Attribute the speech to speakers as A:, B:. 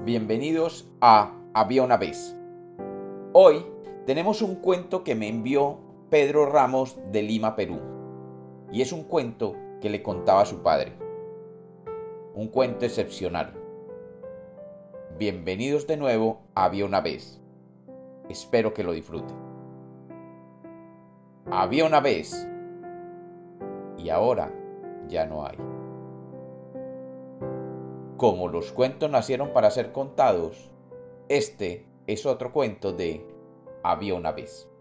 A: Bienvenidos a Había una vez. Hoy tenemos un cuento que me envió Pedro Ramos de Lima, Perú. Y es un cuento que le contaba a su padre. Un cuento excepcional. Bienvenidos de nuevo a Había una vez. Espero que lo disfruten. Había una vez y ahora ya no hay. Como los cuentos nacieron para ser contados, este es otro cuento de Había una vez.